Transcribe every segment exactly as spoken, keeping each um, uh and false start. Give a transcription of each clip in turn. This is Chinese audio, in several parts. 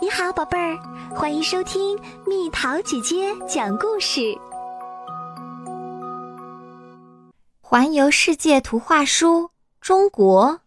好，宝贝儿，欢迎收听蜜桃姐姐讲故事。 环游世界图画书，中国。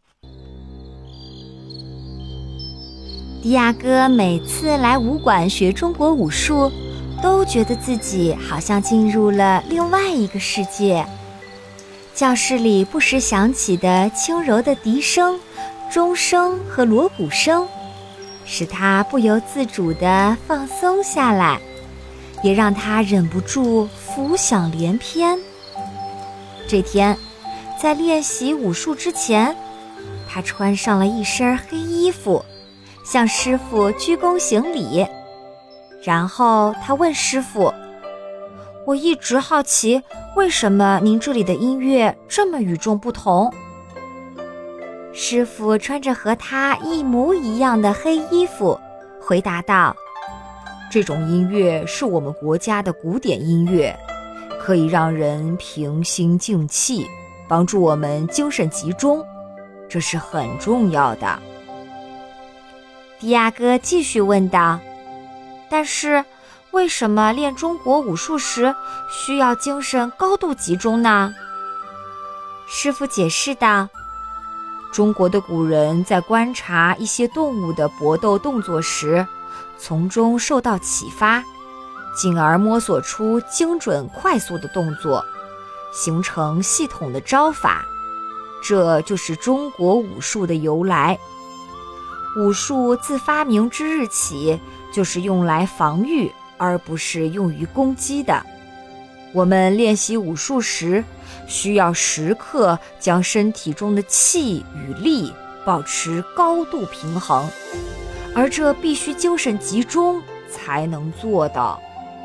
迪亚哥每次来武馆学中国武术，都觉得自己好像进入了另外一个世界。教室里不时响起的轻柔的笛声、钟声和锣鼓声，使他不由自主地放松下来，也让他忍不住浮想联翩。这天，在练习武术之前，他穿上了一身黑衣服，向师傅鞠躬行礼。然后他问师傅：“我一直好奇，为什么您这里的音乐这么与众不同？”师傅穿着和他一模一样的黑衣服，回答道：“ 这种音乐是我们国家的古典音乐，可以让人平心静气，帮助我们精神集中，这是很重要的。” 迪亚哥继续问道：“但是为什么练中国武术时需要精神高度集中呢？”师傅解释道：“ 中国的古人在观察一些动物的搏斗动作时，从中受到启发，进而摸索出精准快速的动作，形成系统的招法，这就是中国武术的由来。武术自发明之日起，就是用来防御，而不是用于攻击的。我们练习武术时，需要时刻将身体中的气与力保持高度平衡，而这必须精神集中才能做到。”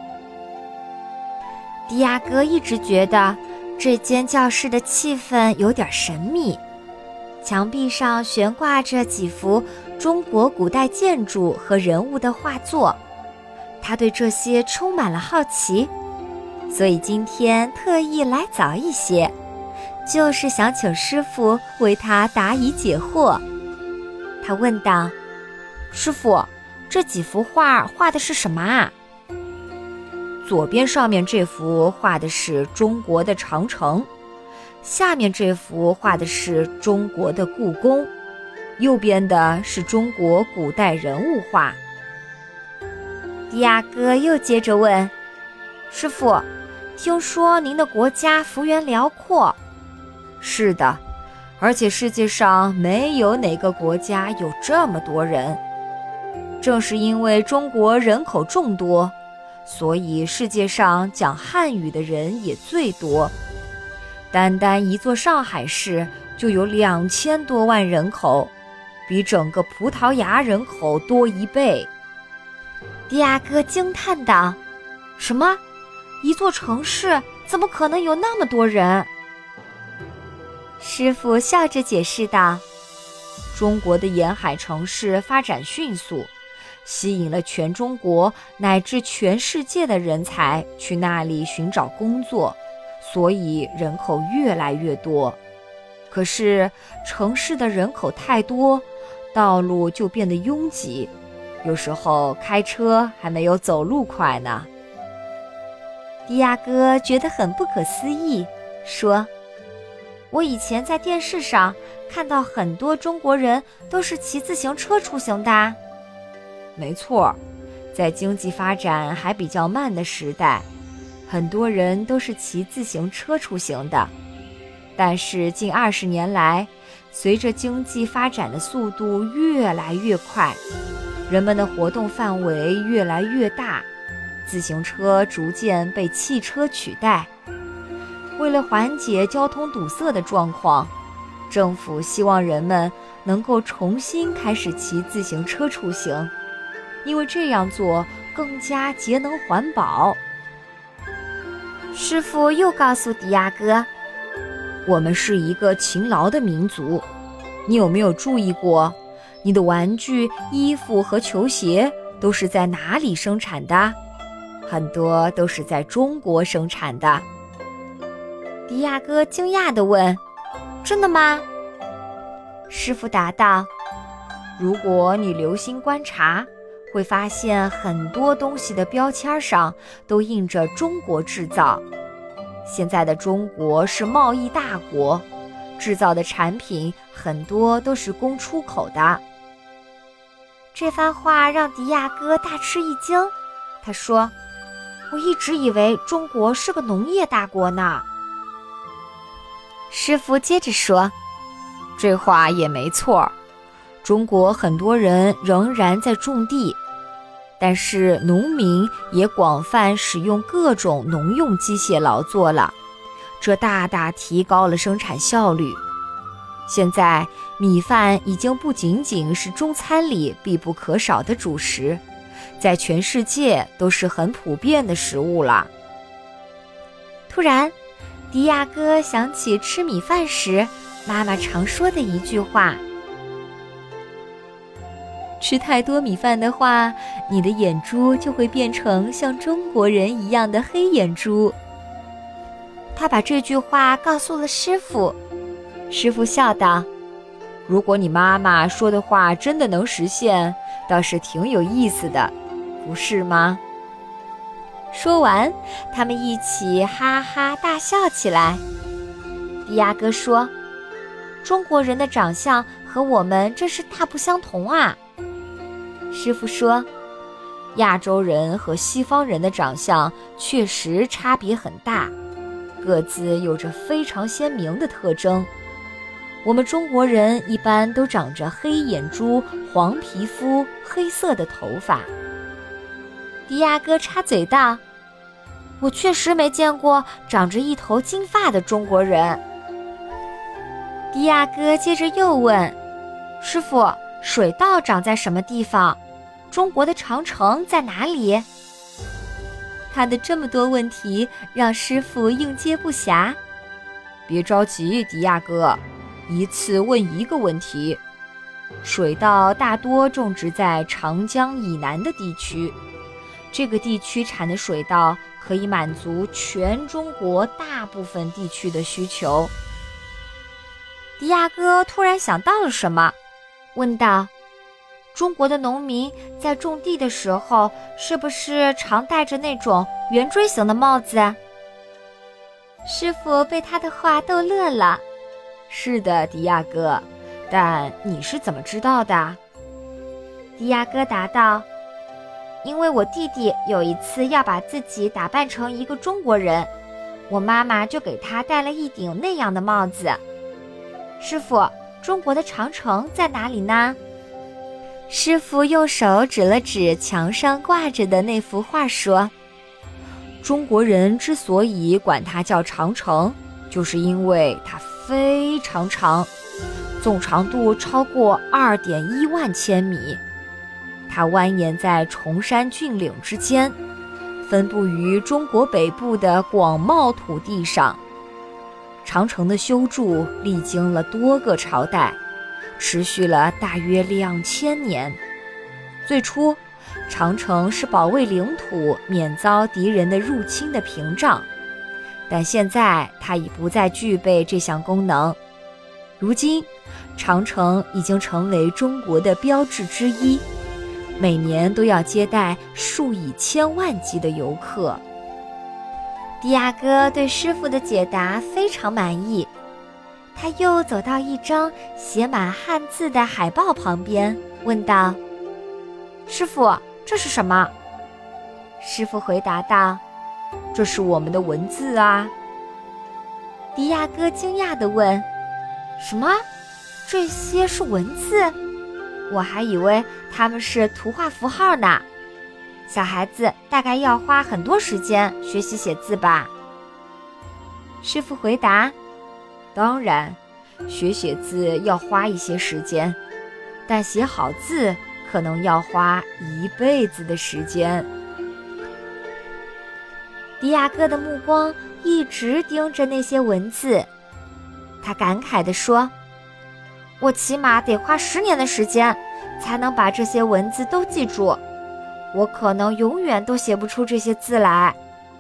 迪亚哥一直觉得这间教室的气氛有点神秘，墙壁上悬挂着几幅中国古代建筑和人物的画作，他对这些充满了好奇，所以今天特意来早一些，就是想请师傅为他答疑解惑。他问道：“师傅，这几幅画画的是什么啊？” 左边上面这幅画的是中国的长城，下面这幅画的是中国的故宫，右边的是中国古代人物画。 迪亚哥又接着问：“师傅，听说您的国家幅员辽阔？”“ 是的，而且世界上没有哪个国家有这么多人。正是因为中国人口众多，所以世界上讲汉语的人也最多。单单一座上海市就有两千多万人口，比整个葡萄牙人口多一倍。” 迪亚哥惊叹道：“什么？一座城市怎么可能有那么多人？”师傅笑着解释道：“ 中国的沿海城市发展迅速，吸引了全中国乃至全世界的人才去那里寻找工作，所以人口越来越多。可是城市的人口太多，道路就变得拥挤，有时候开车还没有走路快呢。” 迪亚哥觉得很不可思议，说：“我以前在电视上看到很多中国人都是骑自行车出行的。”“ 没错，在经济发展还比较慢的时代，很多人都是骑自行车出行的。但是近二十年来，随着经济发展的速度越来越快，人们的活动范围越来越大，自行车逐渐被汽车取代。为了缓解交通堵塞的状况，政府希望人们能够重新开始骑自行车出行，因为这样做更加节能环保。” 师傅又告诉迪亚哥：“ 我们是一个勤劳的民族，你有没有注意过，你的玩具、衣服和球鞋都是在哪里生产的？很多都是在中国生产的。” 迪亚哥惊讶地问：“真的吗？” 师傅答道：“如果你留心观察， 会发现很多东西的标签上都印着中国制造。现在的中国是贸易大国，制造的产品很多都是供出口的。 这番话让迪亚哥大吃一惊，他说：“我一直以为中国是个农业大国呢。” 师傅接着说：“这话也没错，中国很多人仍然在种地，但是农民也广泛使用各种农用机械劳作了，这大大提高了生产效率。现在米饭已经不仅仅是中餐里必不可少的主食，在全世界都是很普遍的食物了。” 突然，迪亚哥想起吃米饭时妈妈常说的一句话：“ 吃太多米饭的话，你的眼珠就会变成像中国人一样的黑眼珠。” 他把这句话告诉了师傅。 师傅笑道：“如果你妈妈说的话真的能实现，倒是挺有意思的，不是吗？” 说完，他们一起哈哈大笑起来。迪亚哥说：“中国人的长相和我们真是大不相同啊。”师傅说：“ 亚洲人和西方人的长相确实差别很大，各自有着非常鲜明的特征。我们中国人一般都长着黑眼珠、黄皮肤、黑色的头发。” 迪亚哥插嘴道：“我确实没见过长着一头金发的中国人。”迪亚哥接着又问：“师傅，水稻长在什么地方？中国的长城在哪里？” 他的这么多问题让师傅应接不暇。别着急，迪亚哥，一次问一个问题。水稻大多种植在长江以南的地区，这个地区产的水稻可以满足全中国大部分地区的需求。 迪亚哥突然想到了什么，问道：“中国的农民在种地的时候，是不是常戴着那种圆锥形的帽子？”师傅被他的话逗乐了。 “是的，迪亚哥，但你是怎么知道的？” 迪亚哥答道：“因为我弟弟有一次要把自己打扮成一个中国人，我妈妈就给他戴了一顶那样的帽子。师傅，中国的长城在哪里呢？” 师傅用手指了指墙上挂着的那幅画说：“中国人之所以管它叫长城，就是因为它非常长，总长度超过 二点一万千米。它蜿蜒在崇山峻岭之间，分布于中国北部的广袤土地上。长城的修筑历经了多个朝代，持续了大约两千年。最初，长城是保卫领土免遭敌人的入侵的屏障，但现在它已不再具备这项功能。如今，长城已经成为中国的标志之一，每年都要接待数以千万计的游客。” 迪亚哥对师傅的解答非常满意，他又走到一张写满汉字的海报旁边，问道：“师傅，这是什么？” 师傅回答道：“这是我们的文字啊。” 迪亚哥惊讶地问：“什么？这些是文字？我还以为它们是图画符号呢。小孩子大概要花很多时间学习写字吧？” 师傅回答：“当然，学写字要花一些时间，但写好字可能要花一辈子的时间。” 迪亚哥的目光一直盯着那些文字，他感慨地说：“我起码得花十年的时间，才能把这些文字都记住。我可能永远都写不出这些字来。”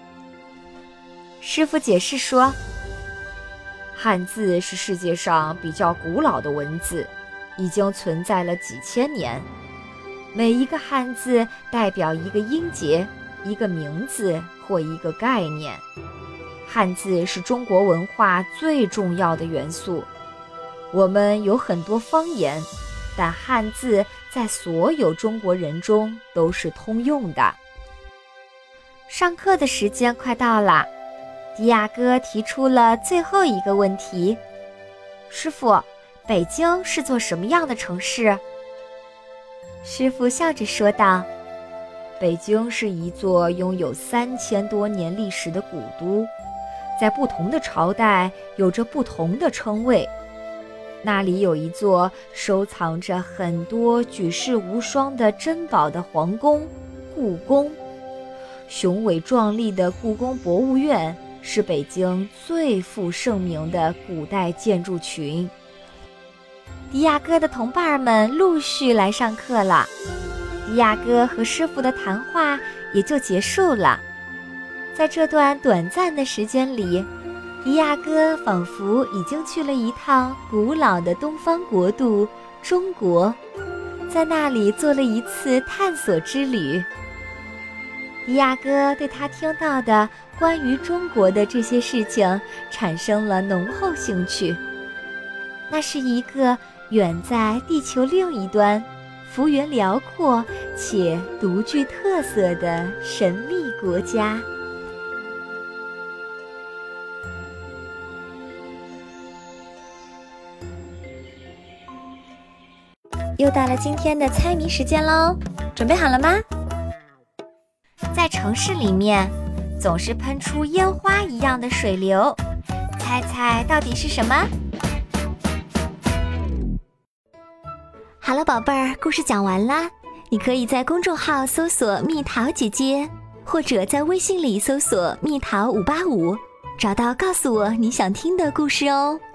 师傅解释说：“汉字是世界上比较古老的文字，已经存在了几千年。 每一个汉字代表一个音节、一个名字或一个概念。汉字是中国文化最重要的元素。我们有很多方言，但汉字在所有中国人中都是通用的。 上课的时间快到了，迪亚哥提出了最后一个问题：师傅，北京是座什么样的城市？师傅笑着说道： 北京是一座拥有三千多年历史的古都，在不同的朝代有着不同的称谓。那里有一座收藏着很多举世无双的珍宝的皇宫——故宫。雄伟壮丽的故宫博物院是北京最负盛名的古代建筑群。 迪亚哥的同伴们陆续来上课了，迪亚哥和师傅的谈话也就结束了。在这段短暂的时间里，迪亚哥仿佛已经去了一趟古老的东方国度——中国，在那里做了一次探索之旅。迪亚哥对他听到的关于中国的这些事情产生了浓厚兴趣。那是一个远在地球另一端、幅员辽阔且独具特色的神秘国家。又到了今天的猜谜时间喽，准备好了吗？在城市里面，总是喷出烟花一样的水流，猜猜到底是什么？ 好了，宝贝儿，故事讲完啦。你可以在公众号搜索蜜桃姐姐，或者在微信里搜索蜜桃五八五，找到告诉我你想听的故事哦。